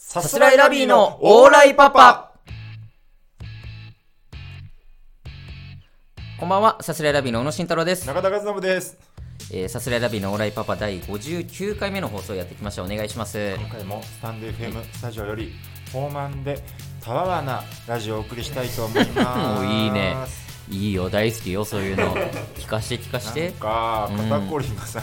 さすらいラビーのオーライパパ。こんばんは、さすらいラビーの宇野慎太郎です。 中田和信です。 さすらいラビーのオーライパパ第59回目の放送をやっていきましょう。お願いします。 今回もスタンド FM スタジオより豊満でたわわなラジオをお送りしたいと思います。 もういいね、いいよ、大好きよ、そういうの聞かしてなんか肩こりが最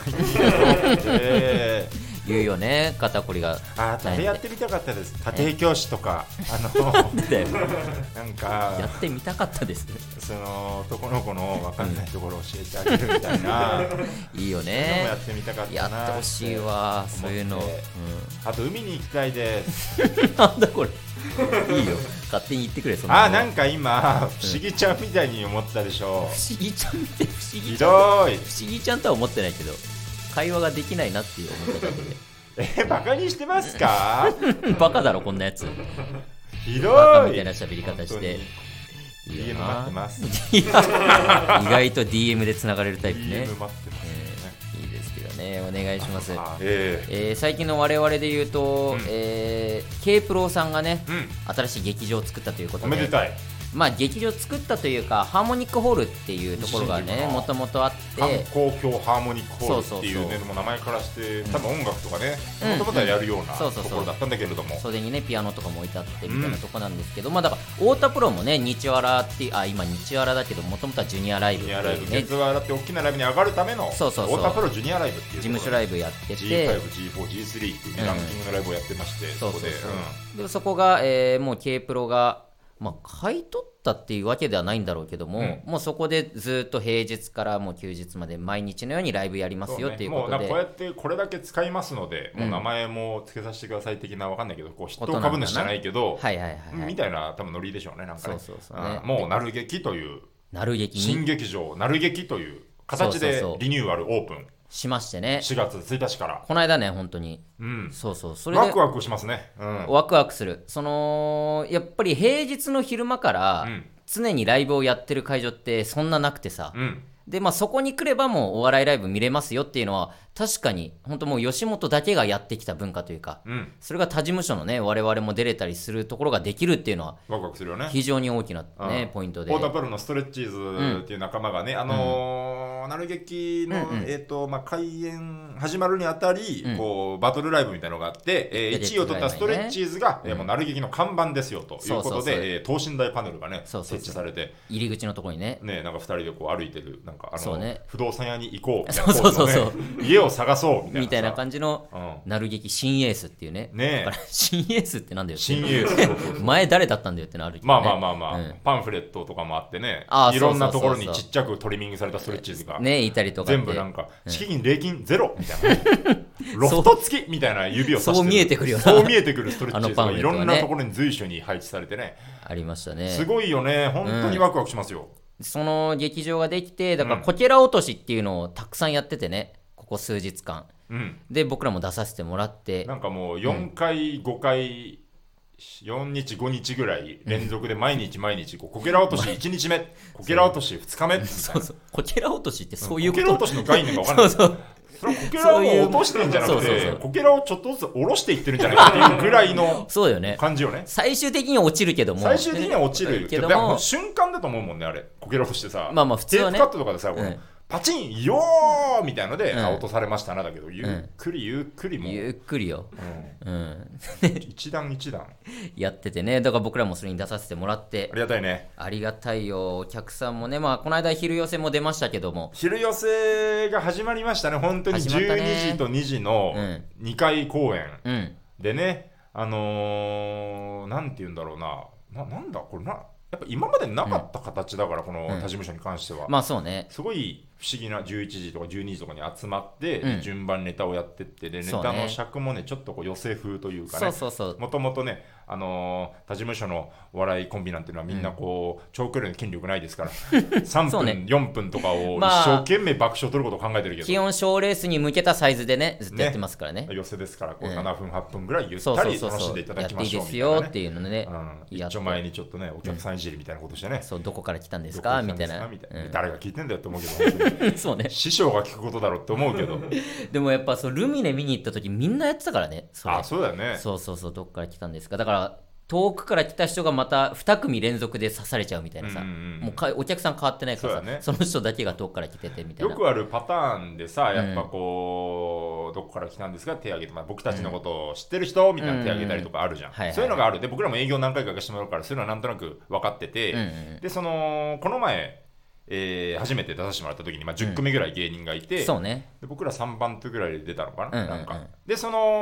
近言うよね、肩こりが。 あれやってみたかったです。家庭教師とかなんかやってみたかったです。 その男の子の分かんないところを教えてあげるみたいな、 いいよね、 やってみたかったな。 やってほしいわ、そういうの。 あと海に行きたいです。 なんだこれいいよ、勝手に言ってくれ。そんななんか今不思議ちゃんみたいに思ったでしょ。 不思議ちゃんって不思議ひちゃん、 どい。 不思議ちゃんとは思ってないけど、会話ができないなっていう思っただけバカにしてますか？ でバカだろこんなやつ、 ひどい。 バカみたいな喋り方していいよ DM な。 待ってます。 いや意外と DM でつながれるタイプね。 DM 待ってますね。 いいですけどね、お願いします。 最最近の我々で言うと、K プロさんがね、 うん、 新しい劇場を作ったということで、 おめでたい。 まあ劇場作ったというか、ハーモニックホールっていうところがね、もともとあって、 観光協ハーモニックホールっていうね、でも名前からして多分音楽とかね、もともとはやるようなところだったんだけれども、 袖にねピアノとかも置いてあってみたいなとこなんですけど、まあだから太田プロもね、日わらって今日わらだけど、もともとはジュニアライブっていうね、 月わらって大きなライブに上がるための太田プロジュニアライブっていう事務所ライブやってて、 G5、G4、G3 っていうね、ランキングのライブをやってまして、 そこがもう K プロが買い取ったっていうわけではないんだろうけども、もうそこでずっと平日からもう休日まで毎日のようにライブやりますよっていうことで、 もうこうやってこれだけ使いますので、もう名前も付けさせてください的な、わかんないけど、こう筆頭株主じゃないけどみたいな多分ノリでしょうね。なんかね、もうなる劇という新劇場なる劇という形でリニューアルオープンしましてね、 4月1日からこの間ね、本当に、それでワクワクしますね。 ワクワクする。やっぱり平日の昼間から常にライブをやってる会場ってそんななくてさ、でそこに来ればもうお笑いライブ見れますよっていうのは、確かに本当もう吉本だけがやってきた文化というか、それが他事務所のね我々も出れたりするところができるっていうのはワクワクするよね。 非常に大きなねポイントで、 太田プロのストレッチーズっていう仲間がね、なる劇の開演始まるにあたり、こうバトルライブみたいなのがあって、1位を取ったストレッチーズがもうなる劇の看板ですよということで、等身大パネルがね設置されて、 入り口のところにね、 なんか2人でこう歩いてる、なんかね、 不動産屋に行こうみたいな、家を探そうみたいな感じのなる劇新エースっていうね。だから新エースってなんだよって、 新エース前誰だったんだよってのあるけどね。パンフレットとかもあってね、いろんなところにちっちゃくトリミングされたストレッチーズがねいたりとか、 全部なんか敷金礼金ゼロみたいな、ロフト付きみたいな指をさしてる、 そう見えてくるよな、 そう見えてくるストレッチーズがいろんなところに随所に配置されてね、 ありましたね。 すごいよね、本当にワクワクしますよ。 その劇場ができて、だからこけら落としっていうのをたくさんやっててね、ここ数日間、で僕らも出させてもらって、 なんかもう4回、5回4日5日ぐらい連続で毎日こけら落とし1日目こけら落とし2日目みたいな。 そうこけら落としってそういうこと、 こけら落としの概念が分からない。それはこけらを落としてんじゃなくて、こけらをちょっとずつ下ろしていってるんじゃないかっていうぐらいの感じよね。 最終的には落ちるけども、 最終的には落ちるけども、瞬間だと思うもんね、あれこけら落としてさ、 普通はね、 テープカットとかでさ、パチンよーみたいので、落とされましたなだけど、ゆっくりもゆっくりよ、 一段一段やっててね。だから僕らもそれに出させてもらって、 ありがたいね。 ありがたいよ。お客さんもね、この間昼寄せも出ましたけども、 昼寄せが始まりましたね。本当に12時と2時の2回公演でね、なんて言うんだろうなんだこれやっぱ今までなかった形だから、この他事務所に関しては、 そうね、 すごい不思議な11時とか12時とかに集まって、順番ネタをやってって、でネタの尺もねちょっとこう寄せ風というかね、もともとね他事務所のお笑いコンビなんていうのはみんなこう長距離の権力ないですから3分、4分とかを一生懸命爆笑取ることを考えてるけど、 基本賞レースに向けたサイズでねずっとやってますからね。 寄せですから、こう7分8分ぐらいゆったり楽しんでいただきましょうみたいなね。一丁前にちょっとねお客さんいじりみたいなことしてね、 そうどこから来たんですかみたいな、 誰が聞いてんだよって思うけどそうね、 師匠が聞くことだろうって思うけどでもやっぱそうルミネ見に行った時みんなやってたからね。 そうだよね。 そうどこから来たんですか。だから遠くから来た人がまた2組連続で刺されちゃうみたいなさ、もうお客さん変わってないからさ、その人だけが遠くから来ててみたいな。 よくあるパターンでさ、やっぱこう、どこから来たんですか手挙げて、僕たちのことを知ってる人みたいな手挙げたりとかあるじゃん、そういうのがある。で僕らも営業何回かしてもらうからそういうのはなんとなく分かってて、でこの前初めて出させてもらった時に、10組ぐらい芸人がいて、 そうね、 で僕ら3番手ぐらいで出たのかな、なんかで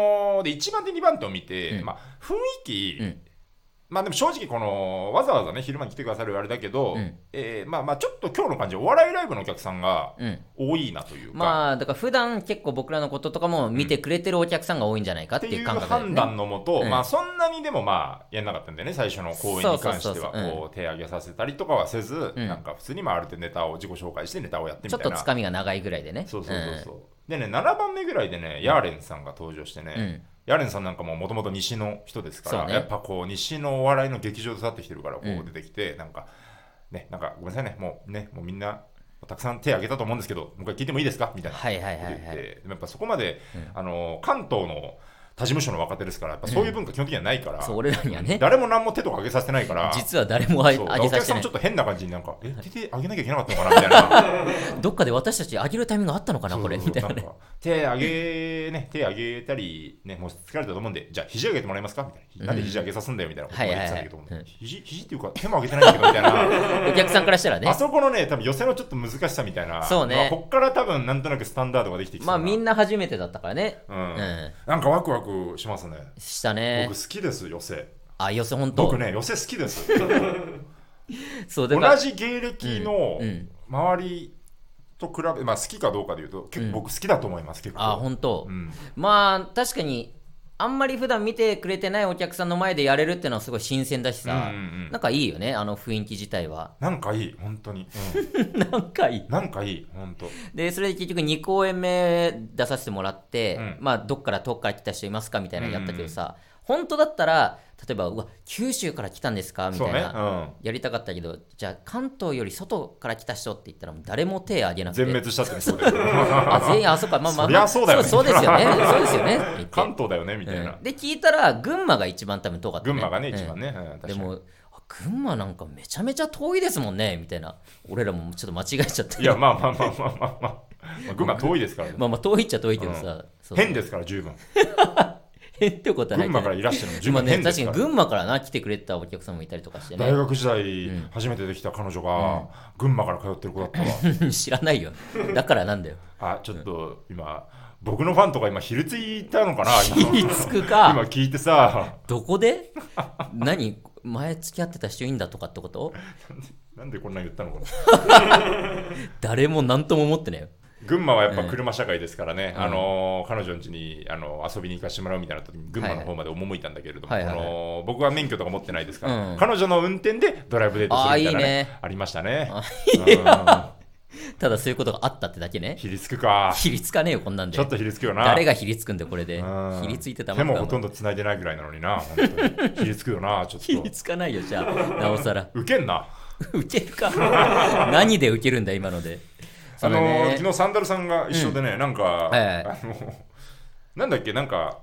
1番手2番手を見て、雰囲気、でも正直このわざわざね昼間に来てくださるあれだけど、ちょっと今日の感じお笑いライブのお客さんが多いなというか、 だから普段結構僕らのこととかも見てくれてるお客さんが多いんじゃないかっていう感覚だよね。 っていう判断のもと、そんなにでもやんなかったんだよね、最初の公演に関しては。こう手挙げさせたりとかはせず、なんか普通にある程度ネタを自己紹介してネタをやってみたいな、 ちょっとつかみが長いぐらいでね。 でね、7番目ぐらいでねヤーレンさんが登場してね、ヤーレンさんなんかもともと西の人ですから、やっぱこう西のお笑いの劇場で育ってきてるからこう出てきて、なんかごめんなさいね、もうみんなたくさん手挙げたと思うんですけどもう一回聞いてもいいですかみたいなこと言って、やっぱそこまで、関東の他事務所の若手ですから、やっぱそういう文化基本的にはないから、 そう俺らにはね誰も何も手とか挙げさせてないから、 実は誰も挙げさせてない。お客さんもちょっと変な感じになんか手挙げなきゃいけなかったのかなみたいなどっかで私たち挙げるタイミングがあったのかなこれみたいなね。 手挙げたりね、もう疲れたと思うんで、じゃあ肘上げてもらえますかみたいな、なんで肘上げさすんだよみたいなことを言ってたんだけど、肘っていうか手も上げてないんだけどみたいなお客さんからしたらね、 あそこのね多分寄せのちょっと難しさみたいな、 そうね、 こっから多分なんとなくスタンダードができてきて、 みんな初めてだったからね、 なんかワクワクしますね。 したね。 僕好きです寄せ。 寄せ本当。 僕ね寄せ好きです。 そう同じ芸歴の周りと比べ、好きかどうかでいうと結構僕好きだと思います。結構。 本当。確かにあんまり普段見てくれてないお客さんの前でやれるっていうのはすごい新鮮だしさ、なんかいいよね、あの雰囲気自体は。 なんかいい本当に、 なんかいい本当で。 それで結局2公演目出させてもらって、どっから遠くから来た人いますかみたいなのやったけどさ、本当だったら例えば九州から来たんですかみたいな、やりたかったけど、じゃあ関東より外から来た人って言ったら誰も手挙げなくて全滅したってね。そうだよ全員そっか、 そりゃそうだよね。 そうですよねそうですよね関東だよねみたいな、 で聞いたら群馬が一番多分遠かったね。 群馬がね一番ね、 でも群馬なんかめちゃめちゃ遠いですもんねみたいな、俺らもちょっと間違えちゃった。 いや群馬遠いですからね。 遠いっちゃ遠いけどさ、 変ですから十分変ってことはないけど、 群馬からいらっしゃるの十分変ですから。 確かに群馬から来てくれたお客さんもいたりとかしてね。 大学時代、初めてできた彼女が、群馬から通ってる子だったわ。 知らないよ、だからなんだよ。 ちょっと今、僕のファンとか今ひるついたのかな。 ひりつくか今聞いてさ、 どこで何前付き合ってた人いいんだとかってことなんでこんな言ったのかな。 誰も何とも思ってないよ。 群馬はやっぱ車社会ですからね、彼女の家に遊びに行かせてもらうみたいな時に群馬の方まで赴いたんだけれども、僕は免許とか持ってないですから、彼女の運転でドライブデートするみたいなね、ありましたね。 ただそういうことがあったってだけね。 ひりつくか。 ひりつかねえよこんなんで。 ちょっとひりつくよな。 誰がひりつくんだよこれで。ひりついてたもん。手もほとんど繋いでないぐらいなのにな。本当にひりつくよな。ちょっとひりつかないよじゃあなおさら。 ウケんな。 ウケるか。何でウケるんだ今ので。 昨日サンダルさんが一緒でね、なんか、なんだっけ、なんか、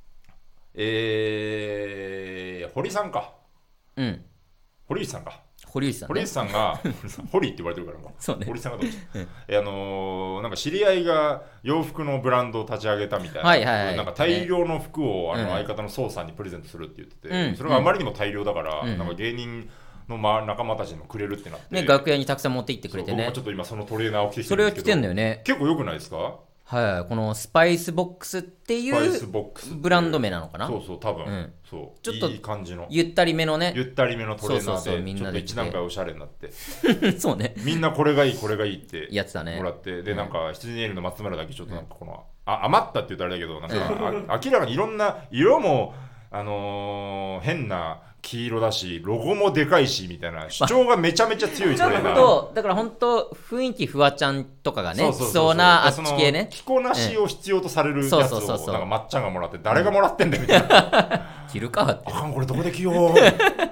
堀さんか。堀内さんか。堀内さんが、堀って言われてるから、堀さんがどうしなんか知り合いが洋服のブランドを立ち上げたみたいな、なんか大量の服を相方の宋さんにプレゼントするって言ってて、それがあまりにも大量だから、なんか芸人の仲間たちにもくれるってなって、 楽屋にたくさん持って行ってくれてね。 僕もちょっと今そのトレーナーを着てきてるんですけど、それを着てんだよね。 結構良くないですか。 このスパイスボックスっていうブランド名なのかな。 そう多分、そうちょっといい感じのゆったりめのね、 ゆったりめのトレーナーでみんなでちょっと一段階おしゃれになってそうね、 みんなこれがいいってやつだねもらって、でなんか羊ネイルの松村だけちょっとなんかこの余ったって言ったらあれだけど、なんか明らかにいろんな色も変な黄色だしロゴもでかいしみたいな主張がめちゃめちゃ強いトレーナー。 だから本当雰囲気フワちゃんとかがね着そうなあっち系ね、 着こなしを必要とされるやつをなんかまっちゃんがもらって、誰がもらってんだよみたいな。 着るかって、 あかんこれどこで着よう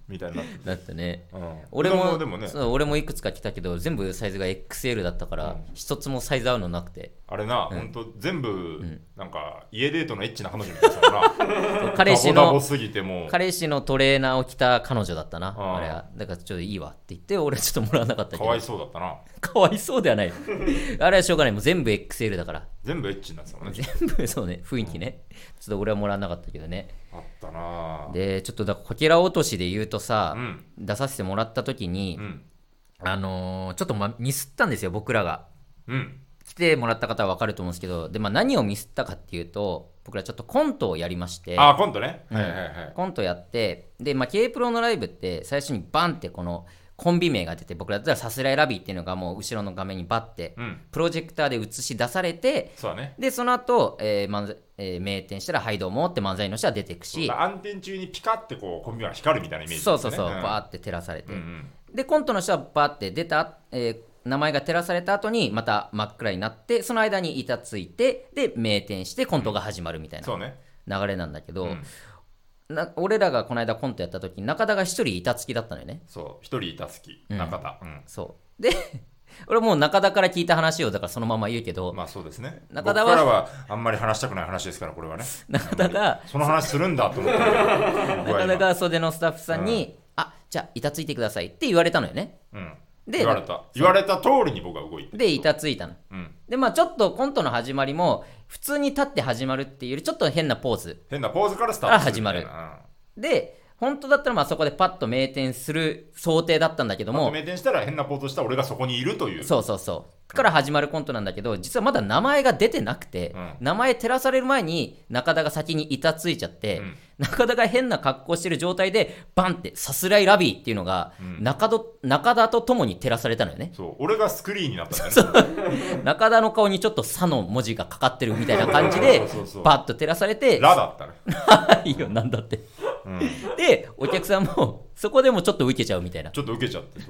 みたいになってだってね、 うん、 俺もでもね、 そう俺もいくつか来たけど全部サイズが XL だったから、一つもサイズ合うのなくて、 あれな、ほんと全部、なんか家デートのエッチな彼女みたいな彼氏ダボダボすぎても彼氏のトレーナーを着た彼女だったな、あれは。だからちょっといいわって言って俺ちょっともらわなかったけど、 かわいそうだったな。 かわいそうではないあれはしょうがない、もう全部 XL だから、 全部エッチになってたもんね。 全部そうね、雰囲気ね、ちょっと俺はもらわなかったけどね。 あったな。 でちょっとだからこけら落としで言うとさ、出させてもらった時に、ちょっとミスったんですよ僕らが。来てもらった方は分かると思うんですけど、で、何をミスったかっていうと、僕らちょっとコントをやりまして。 コントね、 コントやって、で、K プロのライブって最初にバンってこのコンビ名が出て、僕らだったらさすらいラビーっていうのがもう後ろの画面にバッて、プロジェクターで映し出されて、 そうだね、 でその後、名店したらはいどうもって漫才の人は出てくし、 暗転中にピカってこうコンビが光るみたいなイメージですね。そう、バーって照らされて、でコントの人はバーって出た、名前が照らされた後にまた真っ暗になって、その間に板ついて、で名店してコントが始まるみたいな流れなんだけど、俺らがこの間コントやった時に中田が一人板付きだったのよね。 そう、一人板付き、中田、 そうで俺もう中田から聞いた話をだからそのまま言うけど、 そうですね、 中田は僕からはあんまり話したくない話ですから、これはね。 中田がその話するんだと思って中田が袖のスタッフさんに、じゃあ板ついてくださいって言われたのよね。 で言われた通りに僕は動いて、 で板ついたの、でちょっとコントの始まりも普通に立って始まるっていうよりちょっと変なポーズからスタート始まる、で本当だったらそこでパッと名店する想定だったんだけども、 名店したら変なポーズした俺がそこにいるという、 そうから始まるコントなんだけど、実はまだ名前が出てなくて、名前照らされる前に中田が先に板ついちゃって、中田が変な格好してる状態でバンってさすらいラビーっていうのが、中田とともに照らされたのよね。 そう、俺がスクリーンになったんだよね中田の顔にちょっと「さ」の文字がかかってるみたいな感じでバッと照らされて、 ラだったねいいよなんだってでお客さんもそこでもちょっと受けちゃうみたいな、 ちょっと受けちゃって、そう、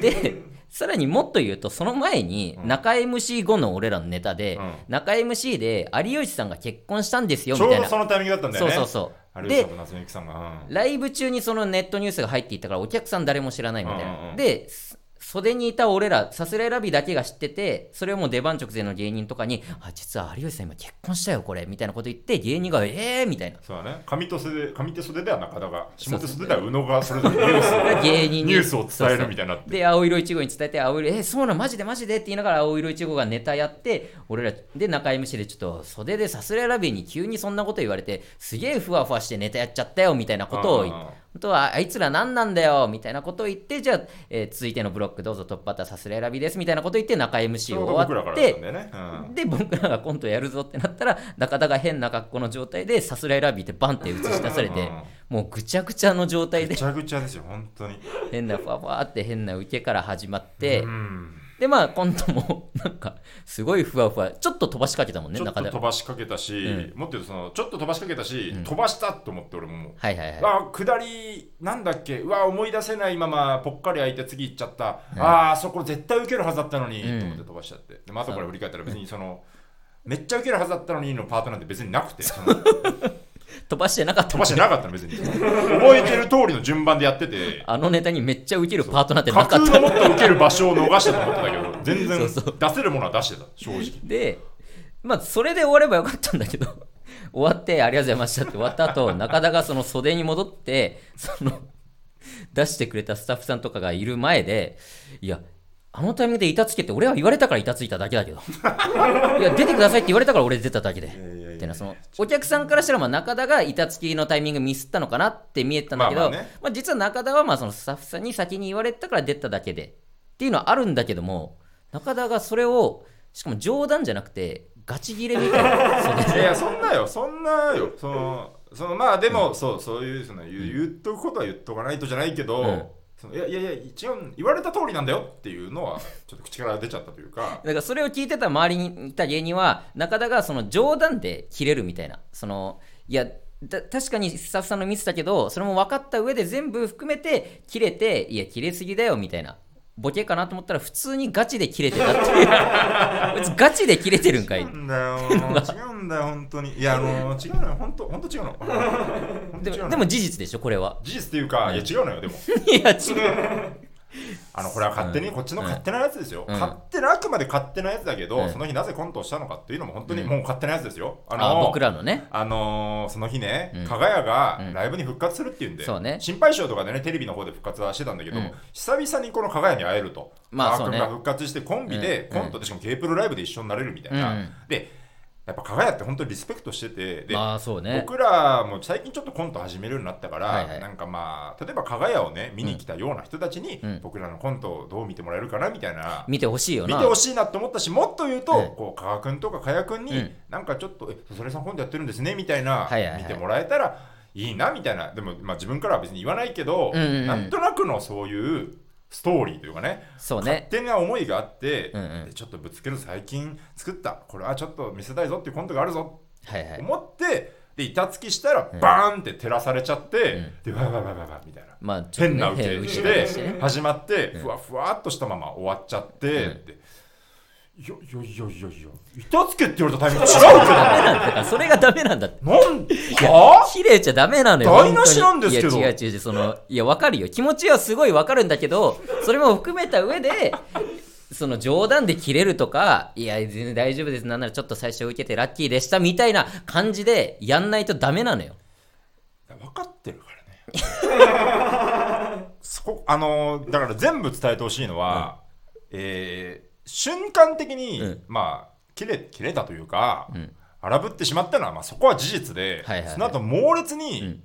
でさらにもっと言うとその前に中 MC 後の俺らのネタで、中 MC で有吉さんが結婚したんですよみたいな、 ちょうどそのタイミングだったんだよね。 そう有吉さんと夏目ゆきさんが、 ライブ中にそのネットニュースが入っていったからお客さん誰も知らないみたいな、で袖にいた俺らさすらいラビだけが知ってて、それをもう出番直前の芸人とかに実は有吉さん今結婚したよこれみたいなこと言って、芸人がみたいな、 そうだね、上手袖では中田が、下手袖では宇野がそれぞれニュースを伝えるみたいになって、 で青色1号に伝えて、青色そうなのマジでって言いながら青色1号がネタやって、俺らで中 MC でちょっと袖でさすらいラビに急にそんなこと言われてすげえふわふわしてネタやっちゃったよみたいなことを言って、本当はあいつら何なんだよみたいなことを言って、じゃあ、続いてのブロックどうぞトップバッターさすらいラビですみたいなことを言って中 MC を終わって、で僕らがコントやるぞってなったら中田が変な格好の状態でさすらいラビってバンって映し出されてもうぐちゃぐちゃの状態で、 ぐちゃぐちゃですよ本当に、 変なふわふわって変な受けから始まって、でコントもなんかすごいふわふわちょっと飛ばしかけたもんね。 ちょっと飛ばしかけたし、もっと言うとちょっと飛ばしかけたし、飛ばしたと思って俺も下りなんだっけ、思い出せないままぽっかり開いて次行っちゃった、そこ絶対受けるはずだったのに、と思って飛ばしちゃって、で後から振り返ったら別にめっちゃ受けるはずだったのにのパートなんて別になくて飛ばしてなかったの別に覚えてる通りの順番でやってて、 あのネタにめっちゃウケるパートなんてなかった、 架空のもっとウケる場所を逃したと思ってたけど全然出せるものは出してた正直でそれで終わればよかったんだけど終わってありがとうございましたって終わった後中田がその袖に戻って出してくれたスタッフさんとかがいる前で、いやあのタイミングで板つけて俺は言われたから板ついただけだけどいや出てくださいって言われたから俺出ただけでってな、お客さんからしたら中田が板つきのタイミングミスったのかなって見えたんだけど、実は中田はそのスタッフさんに先に言われたから出ただけでっていうのはあるんだけども、中田がそれをしかも冗談じゃなくてガチギレみたいないやそんなよでも、そういう言っとくことは言っとかないとじゃないけど、いや一応言われた通りなんだよっていうのはちょっと口から出ちゃったというか、 だからそれを聞いてた周りにいた芸人は中田がその冗談で切れるみたいな、いや確かにスタッフさんのミスだけどそれも分かった上で全部含めて切れて、いや切れすぎだよみたいな、 ボケかなと思ったら普通にガチで切れてたっていうガチで切れてるんかい。 違うんだよ本当に。いや違うのよ本当違うのでも事実でしょこれは。 事実っていうか、いや違うのよでもいや違うこれは勝手に、こっちの勝手なやつですよ、勝手な、あくまで勝手なやつだけど、その日なぜコントをしたのかっていうのも本当にもう勝手なやつですよ。 僕らのね、 その日ね、加賀屋がライブに復活するっていうんで、心配性とかでねテレビの方で復活はしてたんだけど、久々にこの加賀屋に会えると、加賀君が復活してコンビでコントで、しかも K プロライブで一緒になれるみたいな、でやっぱ加賀屋って本当にリスペクトしてて、で、僕らも最近ちょっとコント始めるようになったから、なんか例えば加賀屋をね見に来たような人たちに、僕らのコントをどう見てもらえるかなみたいな、 見てほしいよな、 見てほしいなって思ったし、もっと言うと、こう加賀君とか加谷君に、なんかちょっとそれさんコントやってるんですねみたいな、見てもらえたらいいなみたいな。でも自分からは別に言わないけど、なんとなくのそういうストーリーというかね、勝手な思いがあって、でちょっとぶつける最近作ったこれはちょっと見せたいぞっていうコントがあるぞって思って、で板付きしたらバーンって照らされちゃって、でわわわわわみたいな、変な受けして始まって、ふわふわっとしたまま終わっちゃって、でいや板付けって言われたタイミング違うけどだからそれがダメなんだって。 なん綺麗ちゃダメなのよ。 台無しなんですけど。 いや違ういや分かるよ、気持ちはすごい分かるんだけど、それも含めた上でその冗談で切れるとか、いや全然大丈夫です、なんならちょっと最初受けてラッキーでしたみたいな感じでやんないとダメなのよ。 分かってるからねそこだから全部伝えてほしいのは、瞬間的に、切れたというか、荒ぶってしまったのは、そこは事実で、その後猛烈に、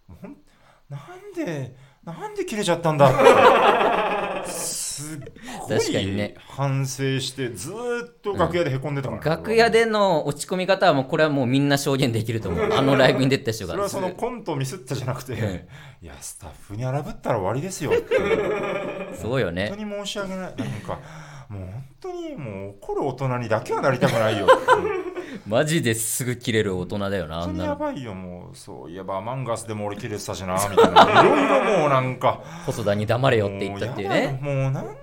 なんで切れちゃったんだってすっごい反省してずっと楽屋でへこんでたから、 楽屋での落ち込み方はもうこれはもうみんな証言できると思うライブに出た人が。 それはそのコントをミスったじゃなくて、いやスタッフに荒ぶったら終わりですよってそうよね、 本当に申し訳ない、なんかもう本当にもう怒る大人にだけはなりたくないよマジですぐ切れる大人だよな。 本当にやばいよ。もうそういえばアマンガスでも俺切れてたしなみたいな、いろいろもうなんか細田に黙れよって言ったっていうね。 もうなんだよもう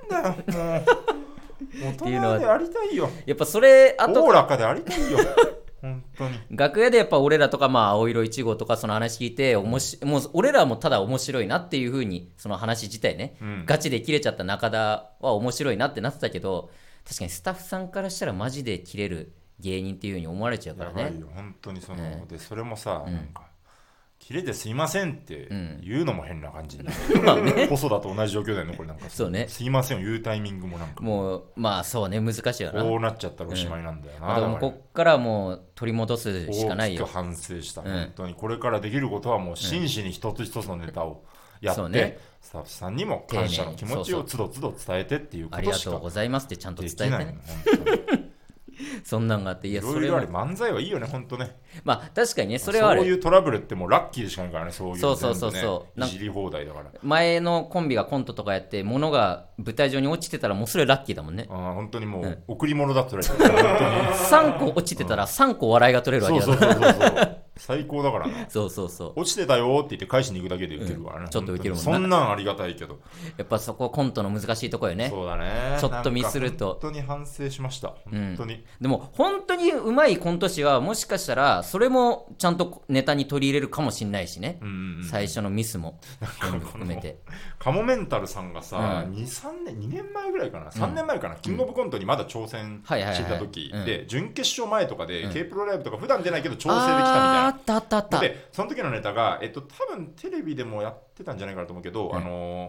大人でありたいよ。 やっぱそれあとおおらかでありたいよ本当に。 楽屋でやっぱ俺らとか青色1号とかその話聞いてもう俺らもただ面白いなっていう風にその話自体ね、ガチで切れちゃった中田は面白いなってなってたけど、確かにスタッフさんからしたらマジで切れる芸人っていう風に思われちゃうからね。 やばいよ本当にでそれもさ、なんか切れてすいませんって言うのも変な感じになる、細田と同じ状況だよねこれ。なんかそうね、 すいませんを言うタイミングもなんかもうそうね、難しいよな。 こうなっちゃったらおしまいなんだよな、 でもこっからもう取り戻すしかないよ。 大きく反省した、本当にこれからできることはもう真摯に一つ一つのネタをやって、スタッフさんにも感謝の気持ちをつどつど伝えてっていうことしかありがとうございますってちゃんと伝えてねそんなんがあって、 いろいろあり、漫才はいいよね本当ね。 確かにね、それはある。 そういうトラブルってもうラッキーでしかないからね、そういう、 そういじり放題だから。 前のコンビがコントとかやって物が舞台上に落ちてたらもうそれラッキーだもんね。 本当にもう贈り物だって言われてる 3個落ちてたら3個笑いが取れるわけだから。 そう最高だからね。 そう落ちてたよって言って返しに行くだけで受けるからね、 ちょっと受けるもんな。 そんなんありがたいけど、 やっぱそこコントの難しいとこよね。 そうだね、 ちょっとミスると本当に反省しました本当に、 でも本当にうまいコント師はもしかしたらそれもちゃんとネタに取り入れるかもしれないしね、最初のミスも全部含めて。 カモメンタルさんがさ、2年前ぐらいかな、3年前かな、キングオブコントにまだ挑戦してた時で、準決勝前とかで K プロライブとか普段出ないけど調整できたみたいな、 あったでその時のネタが多分テレビでもやってたんじゃないかなと思うけど、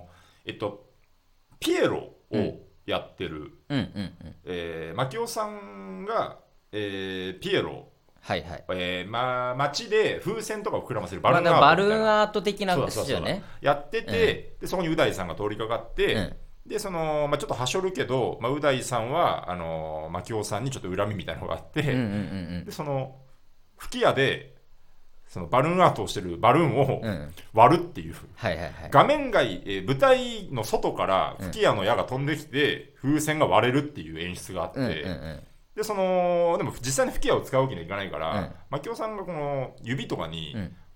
ピエロをやってる牧雄さんが、ピエロ、街で風船とかを膨らませるバルーンアートみたいな、 バルーンアート的なですよね、 やってて、でそこにう大さんが通りかかって、でちょっとはしょるけど、う大さんは牧雄さんにちょっと恨みみたいなのがあって、でその吹き矢でそのバルーンアートをしてるバルーンを割るっていう、画面外、舞台の外から吹き矢の矢が飛んできて風船が割れるっていう演出があって、でも実際に吹き矢を使うわけにはいかないから、牧雄さんがこの指とかに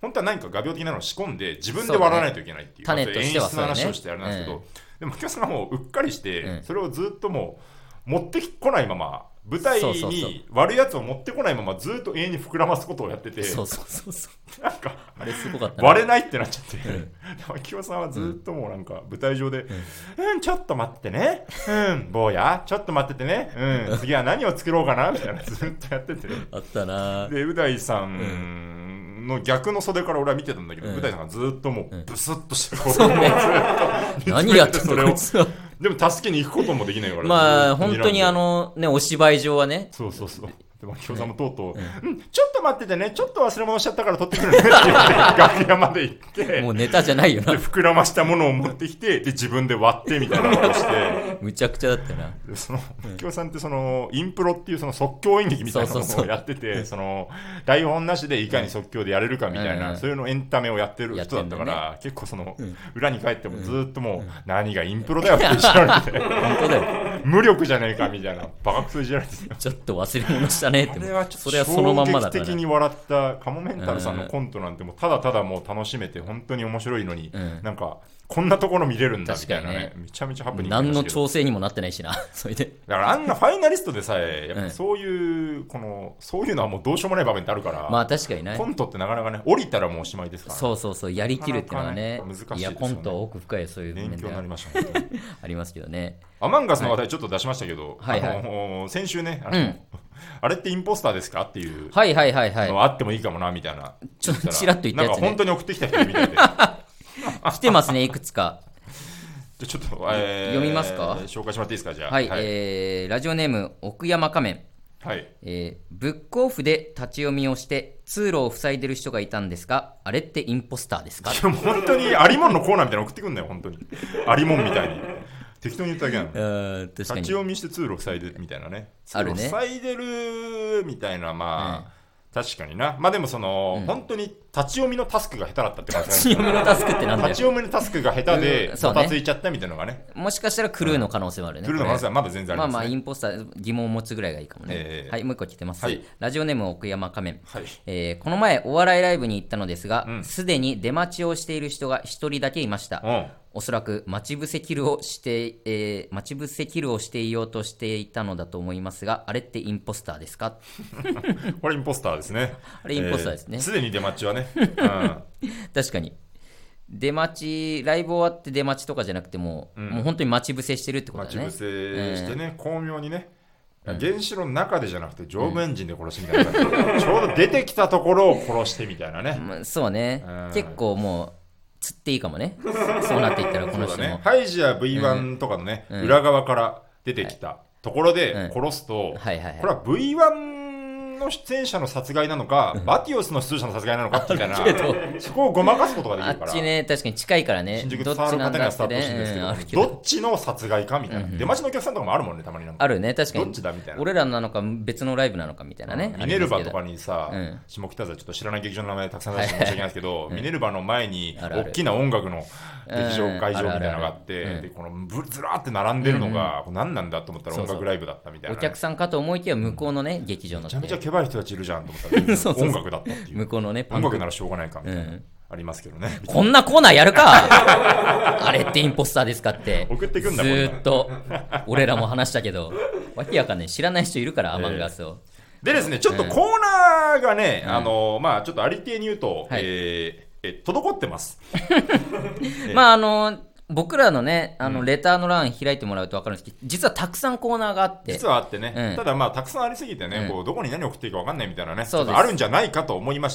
本当は何か画鋲的なのを仕込んで自分で割らないといけないっていう、 種としては演出の話をしてあれなんですけど、でも秋葉さんがもううっかりして、それをずっともう持ってこないまま舞台に割るやつを持ってこないままずっと永遠に膨らますことをやってて、なんかあれすごかった、 割れないってなっちゃって、秋葉さんはずっともうなんか舞台上でちょっと待ってね、坊やちょっと待っててね、次は何を作ろうかなみたいなずっとやっててあったな。 でう大さんの逆の袖から俺は見てたんだけど、う大さんがずっともうブスッとしてることをずっと何やってんのこいつは。 でも助けに行くこともできないから、 まあ本当にお芝居上はね、 そうでも秋葉さんもとうとう、ちょっと待っててね、ちょっと忘れ物しちゃったから取ってくるねって言って楽屋まで行ってもうネタじゃないよな。 で膨らましたものを持ってきて、で自分で割ってみたいなことをしてむちゃくちゃだったな。 でその秋葉さんってそのインプロっていうその即興演劇みたいなのをやってて、その台本なしでいかに即興でやれるかみたいな、そういうのエンタメをやってる人だったから、結構その裏に帰ってもずっともう何がインプロだよっていじられて本当だよ、 無力じゃねえかみたいなバカクソいじられてた。 ちょっと忘れ物したねって。 あれはちょっと衝撃的に笑ったカモメンタルさんのコントなんてもうただただもう楽しめて本当に面白いのに、なんかこんなところ見れるんだみたいなね、めちゃめちゃハプニング何の調整にもなってないしなそれでだからあんなファイナリストでさえやっぱそういうそういうのはもうどうしようもない場面ってあるから、 まあ確かにね、 コントってなかなかね降りたらもうおしまいですから、ね、 そうやりきるっていうのはね、 難しいですよね。 いやコントは奥深いそういう勉強になりましたねありますけどね。 アマンガスの話題ちょっと出しましたけど、先週ねあれってインポスターですかっていうのあってもいいかもなみたいな、 ちょっとチラッと言ったやつね、 なんか本当に送ってきた人みたいで来てますねいくつか。 ちょっと、 読みますか。 紹介してもらっていいですか。じゃあ、 はい、ラジオネーム奥山仮面、ブックオフで立ち読みをして通路を塞いでる人がいたんですが、あれってインポスターですか。 本当にありもんのコーナーみたいなの送ってくんだよ本当にありもんみたいに適当に言っただけなの。立ち読みして通路を塞いでるみたいなね、 あるね、 塞いでるみたいな、まあ、確かにな。まあでもその、本当に立ち読みのタスクが下手だったって感じですね。 立ち読みのタスクってなんだよ。 立ち読みのタスクが下手でもたついちゃったみたいなのがね、 もしかしたらクルーの可能性もあるね。 クルーの可能性はまだ全然ありますね。 まあインポスター疑問を持つぐらいがいいかもね。はい、もう一個来てます。ラジオネーム奥山仮面、この前お笑いライブに行ったのですが、すでに出待ちをしている人が一人だけいました。おそらく待ち伏せキルをしていようとしていたのだと思いますが、あれってインポスターですか。 これインポスターですね。 あれインポスターですね。 すでに出待ちはね、 確かに出待ち、ライブ終わって出待ちとかじゃなくてもう本当に待ち伏せしてるってことだね。 待ち伏せしてね、巧妙にね、原子炉の中でじゃなくて上部エンジンで殺してみたいな、ちょうど出てきたところを殺してみたいなね、 そうね、結構もう釣っていいかもねそうなっていったらこの人も、 ハイジや V1 とかのね、裏側から出てきたところで殺すと、これは V1 の出演者の殺害なのか、バティオスの出演者の殺害なのかみたいな、そこをごまかすことができるから。 あっちね、確かに近いからね、 新宿伝わる方にはスタートしてるんですけど、どっちの殺害かみたいな、出待ちのお客さんとかもあるもんね、たまになんかあるね、確かにどっちだみたいな、 俺らなのか別のライブなのかみたいなね。 ミネルヴァとかにさ、下北沢ちょっと知らない劇場の名前たくさん出して申し訳ないですけど、ミネルヴァの前に大きな音楽の劇場会場みたいなのがあって、でこのずらーって並んでるのが何なんだと思ったら音楽ライブだったみたいな、 お客さんかと思いきや向こうのね、劇場のめちゃめちゃけばい人たちいるじゃんと思ったら音楽だったっていう、 向こうのね、 音楽ならしょうがないかみたいな、ありますけどね。 こんなコーナーやるかあれってインポスターですかって送ってくんだもん。 ずーっと俺らも話したけどわけわかんない、知らない人いるから、アマンガスを。 でですね、ちょっとコーナーがね、まあちょっとありていに言うと、滞ってますまあ僕らのね、レターの欄開いてもらうと分かるんですけど、実はたくさんコーナーがあって、 実はあってね、ただまあたくさんありすぎてね、こうどこに何を送っていいか分かんないみたいなね、ちょっとあるんじゃないかと思いまして、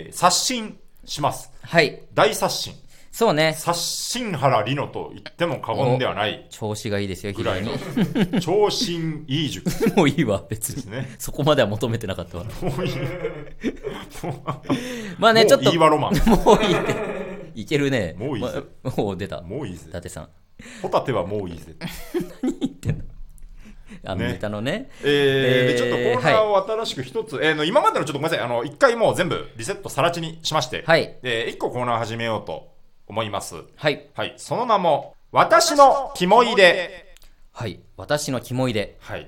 刷新します。 はい、大刷新。 そうね、 刷新原里乃と言っても過言ではない。 調子がいいですよ、 ぐらいの超新いい塾もういいわ、別に、ね、そこまでは求めてなかったわ。もういいまあね、ちょっといいわロマンもういいっていけるね。 もういいぜ、 もう出た、 もういいぜ、 伊達さん、 ホタテはもういいぜ何言ってんの、ネタのね。 でちょっとコーナーを新しく一つ、今までのちょっとごめんなさい、一回もう全部リセットさら地にしまして、一個コーナー始めようと思います。はい、その名も私のキモいで。 はい、私のキモいで。 はい、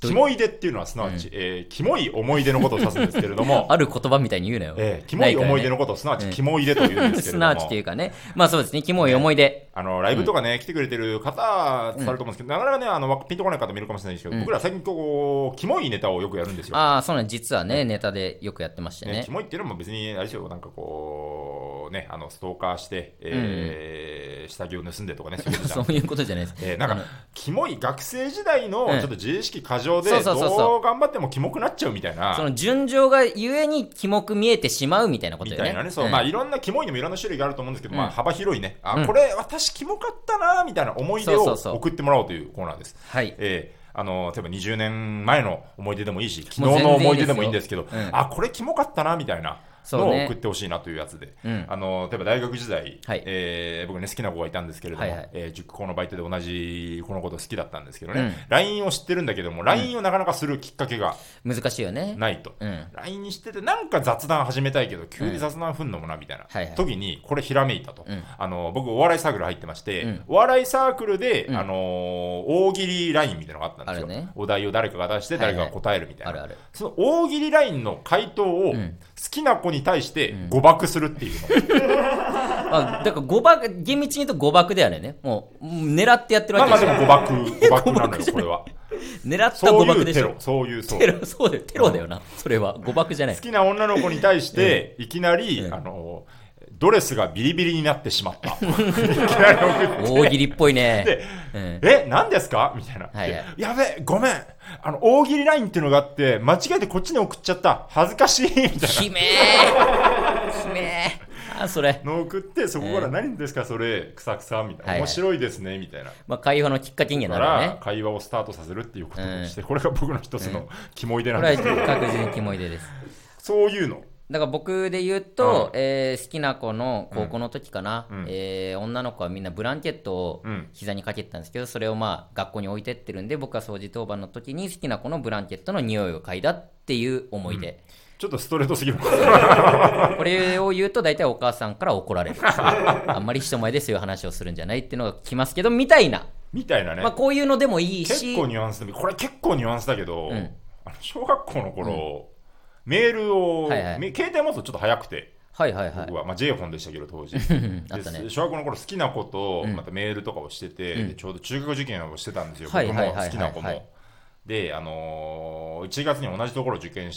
キモいでっていうのはすなわち、キモい思い出のことを指すんですけれどもある言葉みたいに言うなよ、 キモい思い出のことをすなわちキモいでというんですけれども、 すなわちっていうかね、まあそうですね、キモい思い出、 ライブとかね、来てくれてる方伝わると思うんですけど、なかなかねピンとこない方もいるかもしれないですけど、僕ら最近こうキモいネタをよくやるんですよ。 ああ、そうなん、実はね、ネタでよくやってましたね。 キモいっていうのも別にあれですよ、なんかこうね、ストーカーして、下着を盗んでとかね、 そういうことじゃないです。 なんかキモい学生時代のちょっと自意識過剰で、どう頑張ってもキモくなっちゃうみたいな、 その順序がゆえにキモく見えてしまうみたいなことよね。 みたいなね、そう、いろんなキモいにもいろんな種類があると思うんですけど、幅広いね、これ私キモかったなみたいな思い出を送ってもらおうというコーナーです。 はい。 例えば20年前の思い出でもいいし、昨日の思い出でもいいんですけど、これキモかったなみたいなのを送ってほしいなというやつで、例えば大学時代、僕ね好きな子がいたんですけれども、塾校のバイトで同じこのこと好きだったんですけどね、LINE を知ってるんだけども、LINE をなかなかするきっかけが難しいよね、 ないと。LINE にしててなんか雑談始めたいけど急に雑談振んのもなみたいな時にこれひらめいたと。僕お笑いサークル入ってまして、お笑いサークルで大喜利 LINE みたいなのがあったんですよ。お題を誰かが出して誰かが答えるみたいな、その大喜利 LINE の回答を好きな子に対して誤爆するっていうの、だから誤爆、厳密に言うと誤爆だよね。もう狙ってやってるわけですよ。でも誤爆なのよこれは。 狙った誤爆でしょ。 そういうテロだよな。それは誤爆じゃない。 好きな女の子に対していきなりドレスがビリビリになってしまった。 大喜利っぽいね。 で、何ですかみたいな。やべ、ごめん。大喜利 LINE っていうのがあって、間違えてこっちに送っちゃった。恥ずかしい。みたいな。 悲鳴。それ。 の送って、そこから何ですかそれ、くさくさみたいな。面白いですね。みたいな。 会話のきっかけにはなるよね。 会話をスタートさせるっていうことにして、これが僕の一つのキモい出なんですけど。 これは確実にキモい出です。 そういうの。 だから僕で言うと、好きな子の高校の時かな、女の子はみんなブランケットを膝にかけてたんですけど、それを学校に置いてってるんで、僕は掃除当番の時に好きな子のブランケットの匂いを嗅いだっていう思い出、 ちょっとストレートすぎるこれを言うと大体お母さんから怒られるあんまり人前でそういう話をするんじゃないっていうのが来ますけど、みたいなね、 こういうのでもいいし、 結構ニュアンスで、これ結構ニュアンスだけど、小学校の頃、メールを、携帯持つとちょっと早くて、僕は、J フォンでしたけど当時小学校の頃好きな子とまたメールとかをしてて、ちょうど中学受験をしてたんですよ、僕も好きな子も。で、1月に同じところを受験して、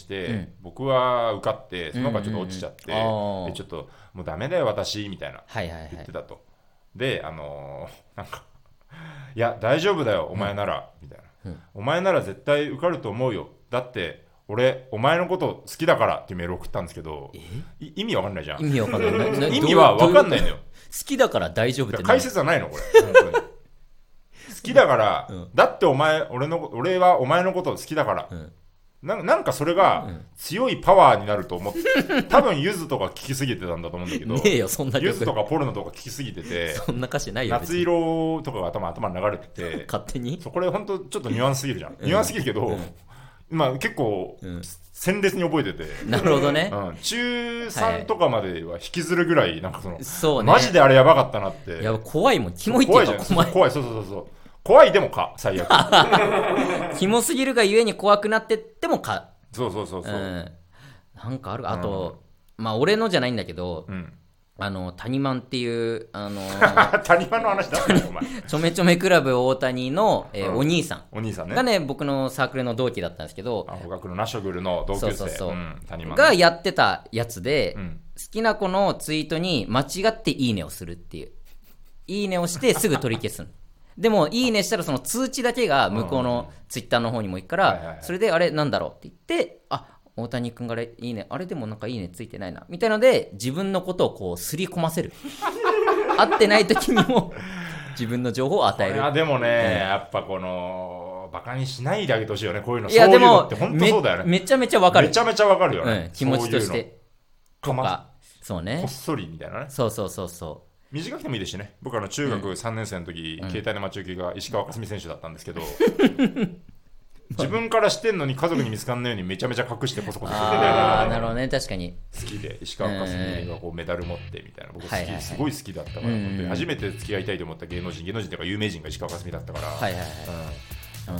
僕は受かってその子はちょっと落ちちゃって、ちょっともうダメだよ私みたいな言ってたと。でなんかいや大丈夫だよお前なら、みたいな、お前なら絶対受かると思うよ、だって俺お前のこと好きだからっていうメール送ったんですけど、意味わかんないじゃん。 意味わかんない。 意味はわかんないのよ。 好きだから大丈夫って解説はないのこれ本当に好きだから、だって俺はお前のこと好きだから、なんかそれが強いパワーになると思って多分ユズとか聞きすぎてたんだと思うんだけど、ユズとかポルノとか聞きすぎてて、 そんな歌詞ないよ。 夏色とかが頭に流れてて勝手にこれ本当ちょっとニュアンスすぎるじゃん、ニュアンスすぎるけど、結構、鮮烈に覚えてて、 なるほどね、 中3とかまでは引きずるぐらいなんかマジであれやばかったなって。 いや怖いもん、キモいっていうか怖い、そう怖いでもか最悪キモすぎるがゆえに怖くなってってもか。 そう、 なんかある。あと、俺のじゃないんだけど、谷マンっていう谷マンの話だったねお前ちょめちょめクラブ大谷の、お兄さんねがね、僕のサークルの同期だったんですけど、 捕獲のナショグルの同級生谷マンがやってたやつで、好きな子のツイートに間違っていいねをするっていう、いいねをしてすぐ取り消すのでもいいねしたらその通知だけが向こうのツイッターの方にも行くから、それであれなんだろうって言って、大谷君からいいね、あれでもなんかいいねついてないなみたいので自分のことをこうすり込ませる会ってない時にも自分の情報を与える。 でもね、やっぱこのバカにしないであげてほしいよね、こういうの。そういうのって本当そうだよね。 めちゃめちゃわかる。 めちゃめちゃわかるよね、 気持ちとしてとか。 そうね、 こっそりみたいなね。 そう短くてもいいですしね。僕中学3年生の時、携帯の待ち受けが石川佳純選手だったんですけど自分からしてんのに家族に見つかんないようにめちゃめちゃ隠してコソコソするみたいな。 なるほどね、確かに好きで、石川佳純がこうメダル持ってみたいな、僕すごい好きだったから、本当に初めて付き合いたいと思った芸能人というか有名人が石川佳純だったから。 なるほどね。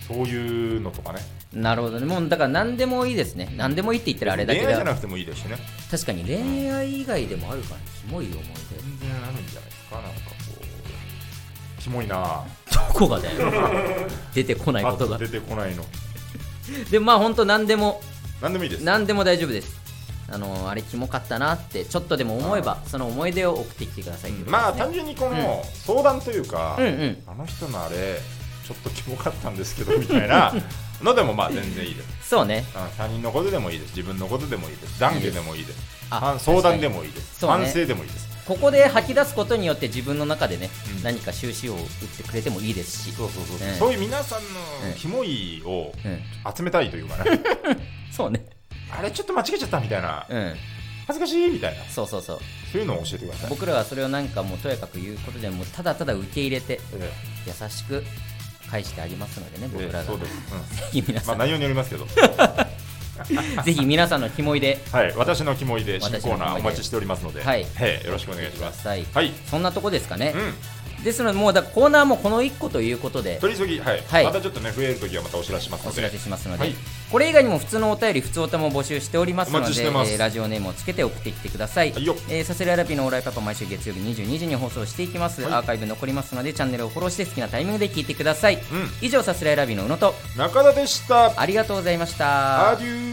そういうのとかね。 なるほどね。もうだから何でもいいですね。何でもいいって言ったらあれだけど、 恋愛じゃなくてもいいですしね。 確かに恋愛以外でもあるから、キモい思い出全然あるんじゃないですか。なんかこうキモいな。 どこがだよ出てこないことが出てこないのでまあ本当何でもいいです。 何でも大丈夫です。あれキモかったなってちょっとでも思えばその思い出を送ってきてください、ね、 まあ単純にこの相談というか、 うんうん、 あの人のあれちょっとキモかったんですけどみたいなのでもまあ全然いいです。 そうね。 他人のことでもいいです。自分のことでもいいです。懺悔でもいいです。相談でもいいです。反省でもいいです。 ここで吐き出すことによって自分の中でね、何か収支を打ってくれてもいいですし、 そういう皆さんのキモいを集めたいというかね、 そうね、 あれちょっと間違えちゃったみたいな、恥ずかしいみたいな、 そういうのを教えてください。 僕らはそれをなんかもうとやかく言うことでもただただ受け入れて、優しく返してあげますのでね、僕らが、 そうです、 ぜひ皆さん、 内容によりますけどぜひ皆さんのキモいで、 私のキモいで新コーナーお待ちしておりますので、よろしくお願いします。 そんなとこですかね。ですのでもうコーナーもこの1個ということで取り急ぎ、またちょっとね増えるときはまたお知らせしますので、 これ以外にも普通のお便り普通おたも募集しておりますので、ラジオネームをつけて送ってきてください。サスレアラビのオーライパパ毎週月曜日22時に放送していきます。アーカイブ残りますのでチャンネルをフォローして好きなタイミングで聞いてください。以上サスレアラビの宇野と中田でした。 ありがとうございました。 アデュー。